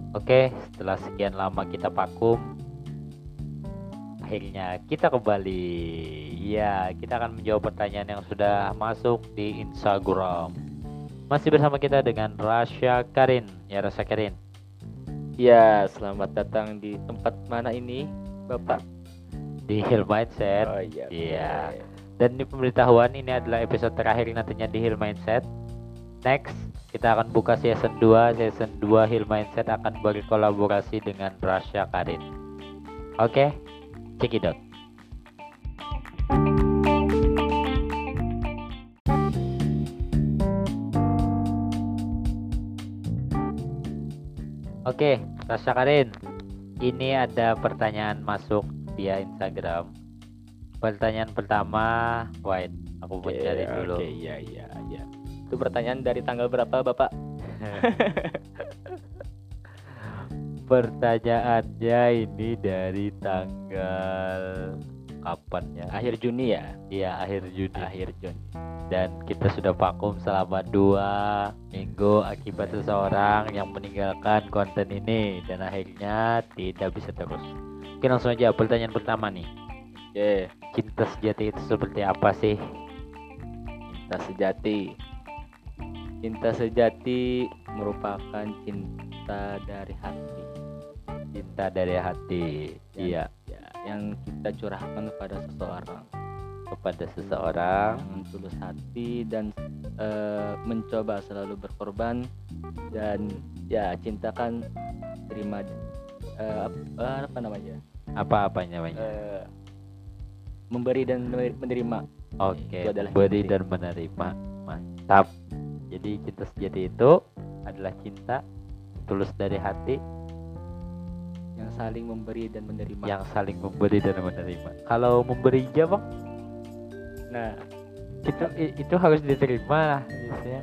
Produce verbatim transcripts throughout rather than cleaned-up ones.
Oke, setelah sekian lama kita vakum, akhirnya kita kembali. Ya, kita akan menjawab pertanyaan yang sudah masuk di Instagram. Masih bersama kita dengan Rasya Karin. Ya, Rasya Karin. Ya, selamat datang di tempat mana ini, Bapak? Di Hill Mindset. Oh iya. Iya. Oke. Dan di pemberitahuan ini adalah episode terakhir nantinya di Hill Mindset. Next, kita akan buka season dua. Season dua Hill Mindset akan berkolaborasi dengan Rasya Karin. Oke, check it out. Oke, Rasya Karin. Ini ada pertanyaan masuk via Instagram. Pertanyaan pertama, wait, aku Oke, cari dulu. Oke, iya iya iya. Itu pertanyaan dari tanggal berapa, Bapak? Pertanyaannya ini dari tanggal kapan ya? Akhir Juni ya? Iya, akhir Juni. Akhir Juni. Dan kita sudah vakum selama dua minggu akibat seseorang yang meninggalkan konten ini dan akhirnya tidak bisa terus. Oke, langsung aja pertanyaan pertama nih. Oke, Cinta sejati itu seperti apa sih? cinta sejati. Cinta sejati merupakan cinta dari hati. Cinta dari hati. Yang- Iya, Ya, yang kita curahkan kepada seseorang. kepada seseorang. Dengan tulus hati dan eh, mencoba selalu berkorban dan ya cinta kan terima eh, apa, apa namanya Apa-apa namanya? Eh, memberi dan menerima. Oke, itu adalah beri cinta. dan menerima. Mantap. Jadi cinta sejati itu adalah cinta tulus dari hati Yang saling memberi dan menerima. yang saling memberi dan menerima. Kalau memberi aja, Bang, Nah, itu i- itu harus diterima lah biasanya.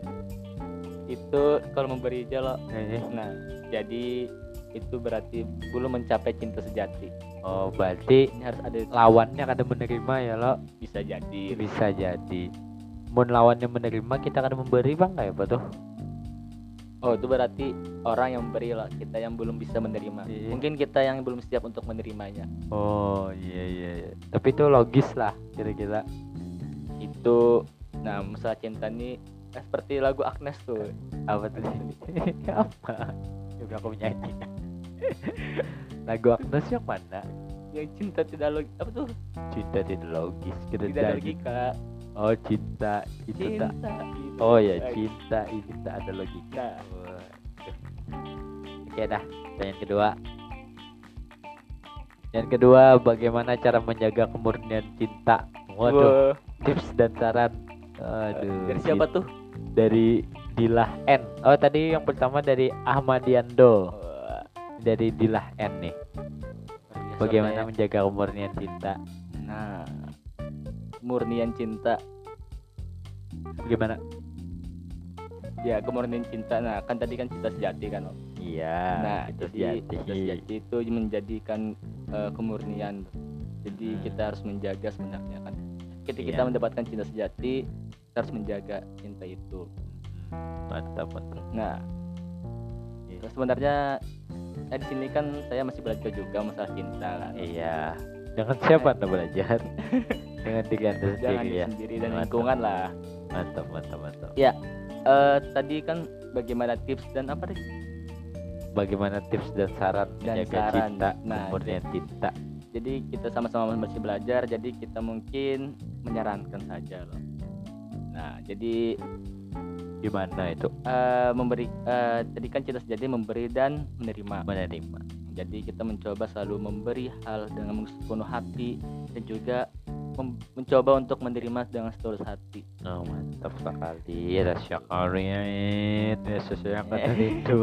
itu kalau memberi aja loh. Eh, Nah, jadi itu berarti belum mencapai cinta sejati. Oh, berarti Ini harus ada, lawannya kada menerima ya lo. bisa jadi. Bisa jadi. Mun lawannya menerima, kita akan memberi, Bang, kayak apa tuh? Oh, itu berarti orang yang memberi loh, kita yang belum bisa menerima. Iya. Mungkin kita yang belum siap untuk menerimanya. Oh, iya iya iya. Tapi itu logis lah kira-kira. Itu, nah, masalah cinta nih eh, seperti lagu Agnes tuh. Apa tuh? Apa? Juga aku menyanyi. Lagu Agnes yang mana? Yang cinta tidak logis, apa tuh? Cinta tidak logis, kita Tidak ada nyanyi. logika. Oh, cinta itu tak. Cinta. gitu. Oh ya, Eh, cinta ini tak ada logika. Nah, Wah. Oke dah, pertanyaan kedua. Yang kedua, bagaimana cara menjaga kemurnian cinta? Waduh, wah, tips dan saran. Aduh. dari siapa tuh? Dari Dilah N. Oh, tadi yang pertama dari Ahmadiando. Wah, Dari Dilah N nih. luar biasa Bagaimana ya. menjaga kemurnian cinta? Nah, kemurnian cinta. Bagaimana? Ya, kemurnian cinta. Nah, kan tadi kan cinta sejati kan. Om. Iya. Nah, itu jadi sejati. cinta sejati itu menjadikan eh, kemurnian. Jadi Hmm. kita harus menjaga sebenarnya kan. Ketika Iya. kita mendapatkan cinta sejati, kita harus menjaga cinta itu. Mantap, mantap. Nah, Iya. terus sebenarnya eh, di sini kan saya masih belajar juga masalah cinta kan. Iya. Dengan siapa Anda belajar? Dengan diri Anda Jangan sendiri diri ya. sendiri dan Mantap. lingkungan lah. Mantap, mantap, mantap. Eh, tadi kan bagaimana tips dan apa tadi? Bagaimana tips dan saran Dan menjaga saran. cinta, Nah, kemurnian cinta? Jadi kita sama-sama masih belajar, jadi kita mungkin menyarankan saja loh. Nah, jadi Gimana itu? eh, memberi eh, tadi kan cinta sejati memberi dan menerima. Menerima. Jadi kita mencoba selalu memberi hal dengan sepenuh hati dan juga mem- mencoba untuk menerima dengan setulus hati. Oh, mantap sekali. Rasya Karin. Ya, sesuai yang kata itu.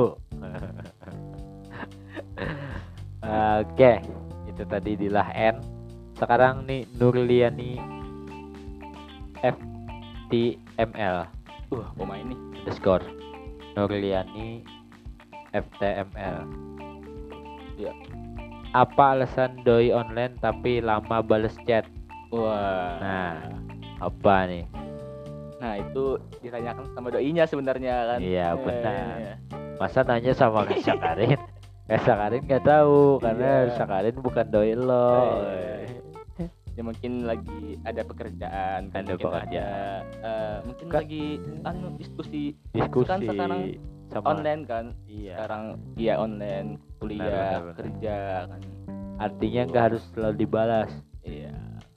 Oke, itu tadi Dilah N. Sekarang nih Nurliani F T M L Uh, pemain nih. underscore Nurliani F T M L. Ya. Apa alasan doi online tapi lama bales chat? Wah. Nah, apa nih? Nah, itu ditanyakan sama doinya sebenarnya kan. Iya, Eh, benar. Masa nanya sama Rasya Karin? Rasya Karin nggak tahu karena Iya. Rasya Karin bukan doi lo. Ya mungkin lagi ada pekerjaan, kan, Ada mungkin pekerjaan. ada, eh, mungkin Kan- lagi anu diskusi Diskusi kan sekarang sama online kan. Iya. Sekarang dia online, kuliah, Benar, benar, benar. kerja kan. Artinya nggak harus selalu dibalas. Iya.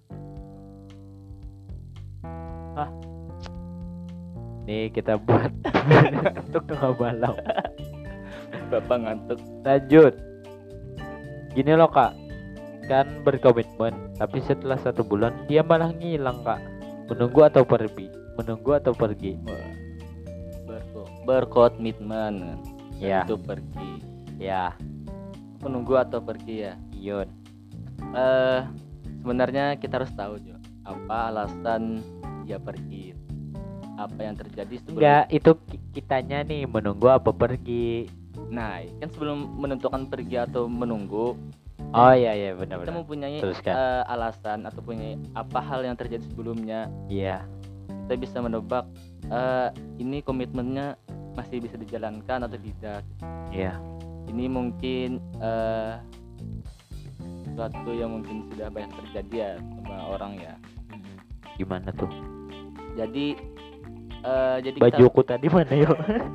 Nih kita buat untuk tengah malam. Bapak ngantuk. Lanjut. Gini loh kak, kan berkomitmen, tapi setelah satu bulan dia malah ngilang kak. Menunggu atau pergi? Menunggu atau pergi? Wah. Berko- berkomitmen Ya, untuk pergi. ya, Menunggu atau pergi ya. Ion. Eh sebenarnya kita harus tahu Jo, apa alasan dia pergi. Apa yang terjadi sebelum Enggak, itu ki- kitanya nih menunggu apa pergi? Nah, kan sebelum menentukan pergi atau menunggu, Oh iya iya kita benar-benar. mempunyai Teruskan. eh, alasan atau punya apa hal yang terjadi sebelumnya. Iya, Kita bisa menebak eh, ini komitmennya masih bisa dijalankan atau tidak. iya. Ini mungkin eh, sesuatu yang mungkin sudah banyak terjadi ya sama orang ya. Mm-mm. Gimana tuh? Jadi eh, jadi kita Bajuku tadi mana yo?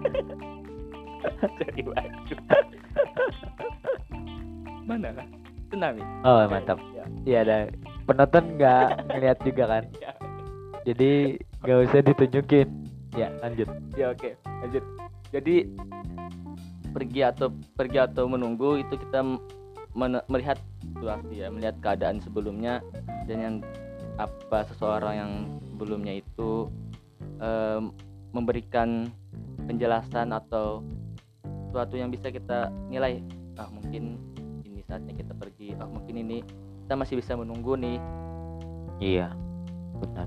cari baju. Mana kan? Tsunami. Oh mantap. Ya. Iya ada penonton nggak ngeliat juga kan? Ya. Jadi nggak usah ditunjukin. Ya lanjut. Ya oke, lanjut. Jadi pergi atau pergi atau menunggu itu kita men- melihat situasi ya, melihat keadaan sebelumnya dan yang apa seseorang yang sebelumnya itu em, memberikan penjelasan atau sesuatu yang bisa kita nilai. Ah mungkin ini saatnya kita pergi. Ah mungkin ini kita masih bisa menunggu nih. Iya benar.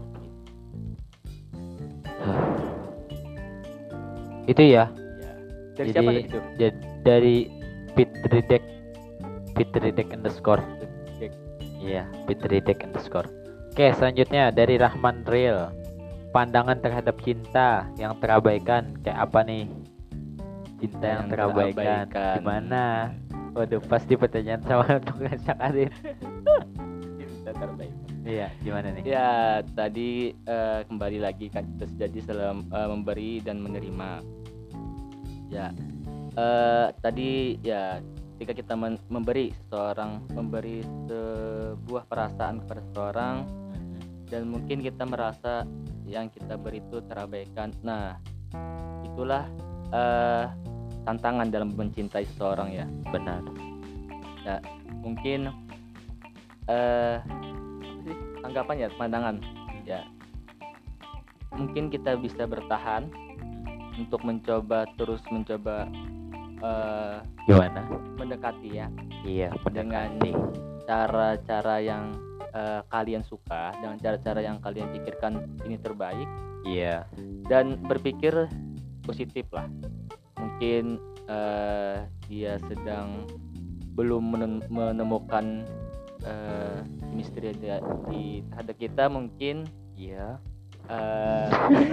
Itu ya. Ya. Dari Jadi siapa tadi itu? jad- dari Fitri Deck Fitri Deck underscore. Cek. Iya, Fitri Deck underscore. Oke, selanjutnya dari Rahman Real. Pandangan terhadap cinta yang terabaikan kayak apa nih? Cinta yang, Yang terabaikan. terabaikan. Gimana? Waduh, pasti pertanyaan sama untuk Syakarin. Cinta terbaik. Iya, gimana nih? Ya tadi eh, kembali lagi kan kita jadi dalam eh, memberi dan menerima. Ya eh, tadi ya ketika kita men- memberi seseorang memberi sebuah perasaan kepada seseorang dan mungkin kita merasa yang kita beri itu terabaikan. Nah itulah eh, tantangan dalam mencintai seseorang ya. Benar. Mungkin eh apa sih anggapan ya pandangan ya mungkin kita bisa bertahan untuk mencoba terus mencoba eh, Gimana? mendekati ya Iya, dengan mendekati. cara-cara yang eh, kalian suka dengan cara-cara yang kalian pikirkan ini terbaik Iya. dan berpikir positif lah. Mungkin eh, dia sedang belum menem- menemukan eh, chemistry dia di terhadap kita mungkin Iya. eh,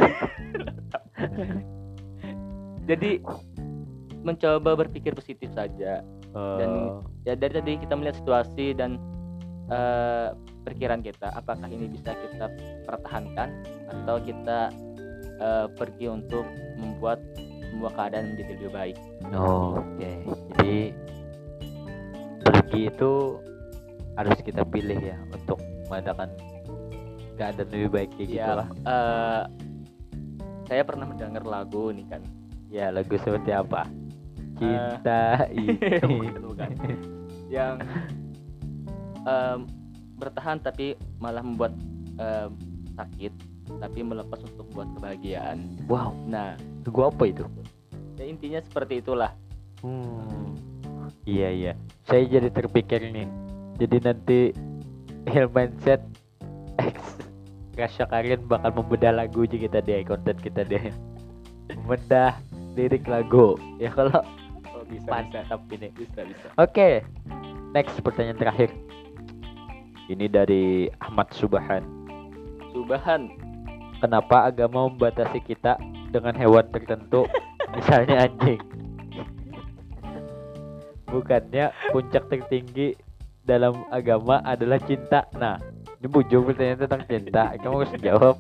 jadi mencoba berpikir positif saja. Oh, Ya dari tadi kita melihat situasi dan eh, perkiraan kita apakah ini bisa kita pertahankan atau kita eh, pergi untuk membuat semua keadaan menjadi lebih baik. oh, oke. Jadi pergi itu harus kita pilih ya untuk mengadakan keadaan lebih baik kayak gitu Ya, lah. eh, saya pernah mendengar lagu nih kan. Ya, lagu seperti apa? Cinta ini. Bukan, bukan. Yang em, bertahan tapi malah membuat em, sakit, tapi melepas untuk buat kebahagiaan. Wow, Nah, lagu apa itu? ya intinya seperti itulah. Hmm. Iya iya. Saya jadi terpikir nih. Jadi nanti Hill Mindset X Rasya Karin bakal membedah lagu aja kita deh, konten kita deh. Membedah lirik lagu. Ya kalau Oh, bisa, mantap ini. bisa, bisa. Oke. Next pertanyaan terakhir. Ini dari Ahmad Subahan. Subahan. Kenapa agama membatasi kita dengan hewan tertentu, misalnya anjing? Bukannya puncak tertinggi dalam agama adalah cinta. Nah, ini bujung pertanyaan tentang cinta. Kamu harus jawab.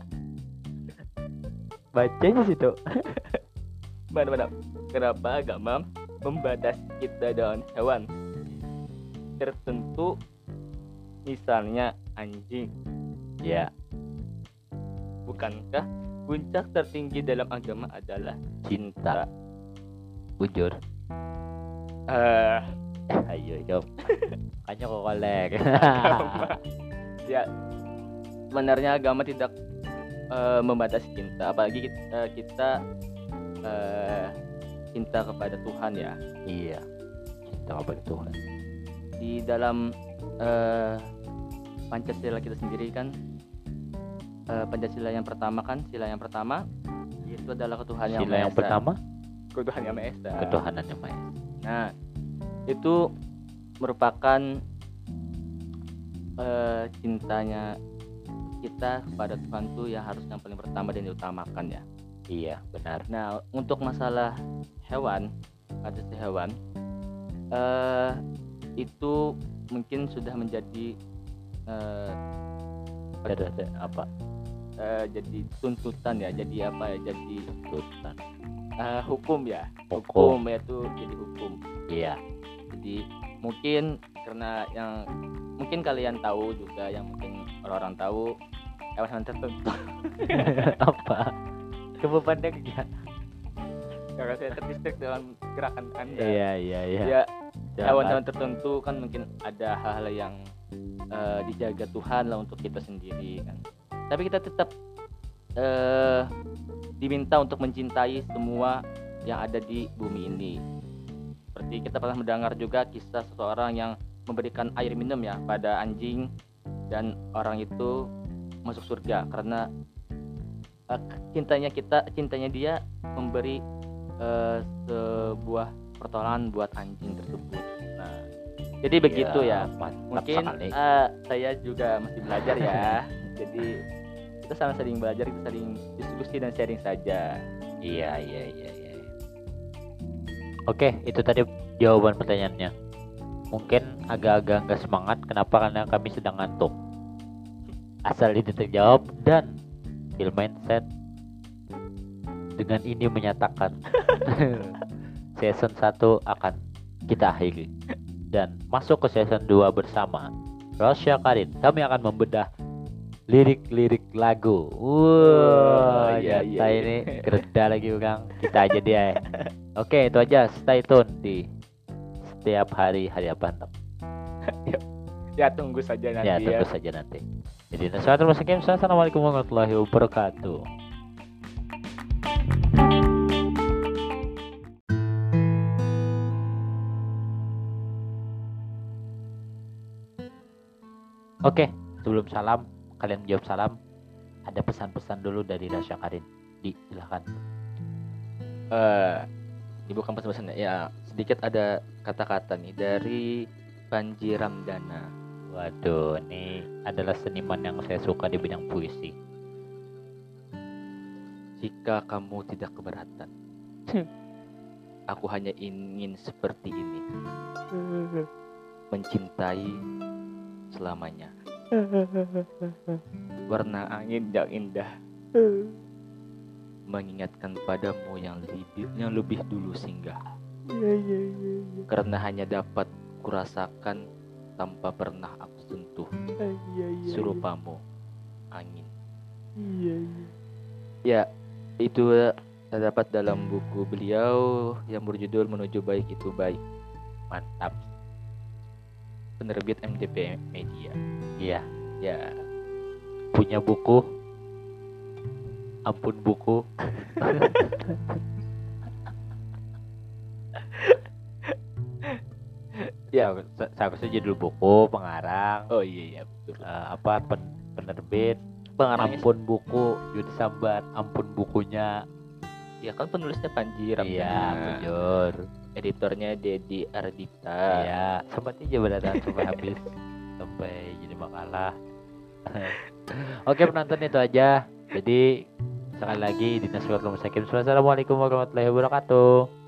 Baca di situ. Mana-mana. Kenapa agama membatasi kita dengan hewan tertentu, misalnya anjing? Ya, Bukankah puncak tertinggi dalam agama adalah cinta. Bujur. Eh, Ayo, jawab. Makanya kok kolek. ya, sebenarnya agama tidak eh, membatasi cinta, apalagi kita, eh, kita eh, cinta kepada Tuhan ya. Iya. Cinta kepada Tuhan. Di dalam eh, Pancasila kita sendiri kan, eh, Pancasila yang pertama kan, sila yang pertama itu adalah ketuhanan yang Sila Maha yang Esa. pertama, Ketuhanan yang Maha Esa. ketuhanan yang Maha Esa. Nah, itu merupakan eh, cintanya kita kepada Tuhan tuh yang harus yang paling pertama dan diutamakan ya. Iya, benar. Nah, untuk masalah hewan, ada hewan, eh, itu mungkin sudah menjadi eh, Ada ada apa? eh, jadi tuntutan ya, jadi apa ya, jadi Tuntutan. eh, hukum ya, Hukum. hukum ya, itu jadi hukum. Iya. Jadi mungkin karena yang mungkin kalian tahu juga, yang mungkin orang-orang tahu, hewan-hewan tertentu Apa? Coba pandangnya. karena saya terdistrik dengan gerakan anda. Iya, iya, iya. Ya, Jangan. hewan-hewan tertentu kan mungkin ada hal-hal yang eh, dijaga Tuhan lah untuk kita sendiri kan. Tapi kita tetap eh, diminta untuk mencintai semua yang ada di bumi ini. Seperti kita pernah mendengar juga kisah seseorang yang memberikan air minum ya pada anjing, dan orang itu masuk surga karena uh, cintanya kita cintanya dia memberi uh, sebuah pertolongan buat anjing tersebut. Nah, jadi begitu ya. Mantap Mungkin sekali. uh, saya juga masih belajar ya. Jadi kita sama saling belajar, kita saling diskusi dan sharing saja. Iya, iya, iya, iya. Oke, itu tadi jawaban pertanyaannya. Mungkin agak-agak nggak semangat. Kenapa? Karena kami sedang ngantuk. Asal ini terjawab, dan Hill Mindset dengan ini menyatakan season satu akan kita akhiri dan masuk ke season dua bersama Rasya Karin. Kami akan membedah lirik-lirik lagu. Wah, Oh, iya, nyata iya, ini gereda lagi orang. Kita aja dia. Oke, itu aja. Stay tune di setiap hari hari apa entar. Ya tunggu saja nanti Ya, ya. tunggu saja nanti. Jadi, Assalamualaikum warahmatullahi wabarakatuh. Oke, sebelum salam, kalian jawab salam. Ada pesan-pesan dulu dari Rasya Karin. Di, silakan. Eh, ini bukan pesan-pesan ya, sedikit ada kata-kata nih dari Panji Ramdana. Waduh, ini adalah seniman yang saya suka di bidang puisi. Jika kamu tidak keberatan, aku hanya ingin seperti ini, mencintai selamanya. Warna angin yang indah mengingatkan padamu yang lebih yang lebih dulu singgah. Karena hanya dapat kurasakan tanpa pernah aku sentuh. Serupamu angin. Ya, itu terdapat dalam buku beliau yang berjudul Menuju Baik Itu Baik. Mantap. Penerbit M D P Media. Iya, Ya, punya buku. Ampun buku. ya. Sa- Seharusnya judul buku, pengarang, Oh iya iya betul. eh, apa pen- penerbit, Pengarangnya ampun buku, Yudi Sambat, ampun bukunya. ya kan penulisnya Panji Ramdana. Iya, jujur. Editornya Dedi Ardita. Iya, sempat aja berdatang sampai habis, sampai jadi makalah. Oke, penonton, itu aja. Jadi sekali lagi, Dinas Rumah Sakit. Wassalamualaikum warahmatullahi wabarakatuh.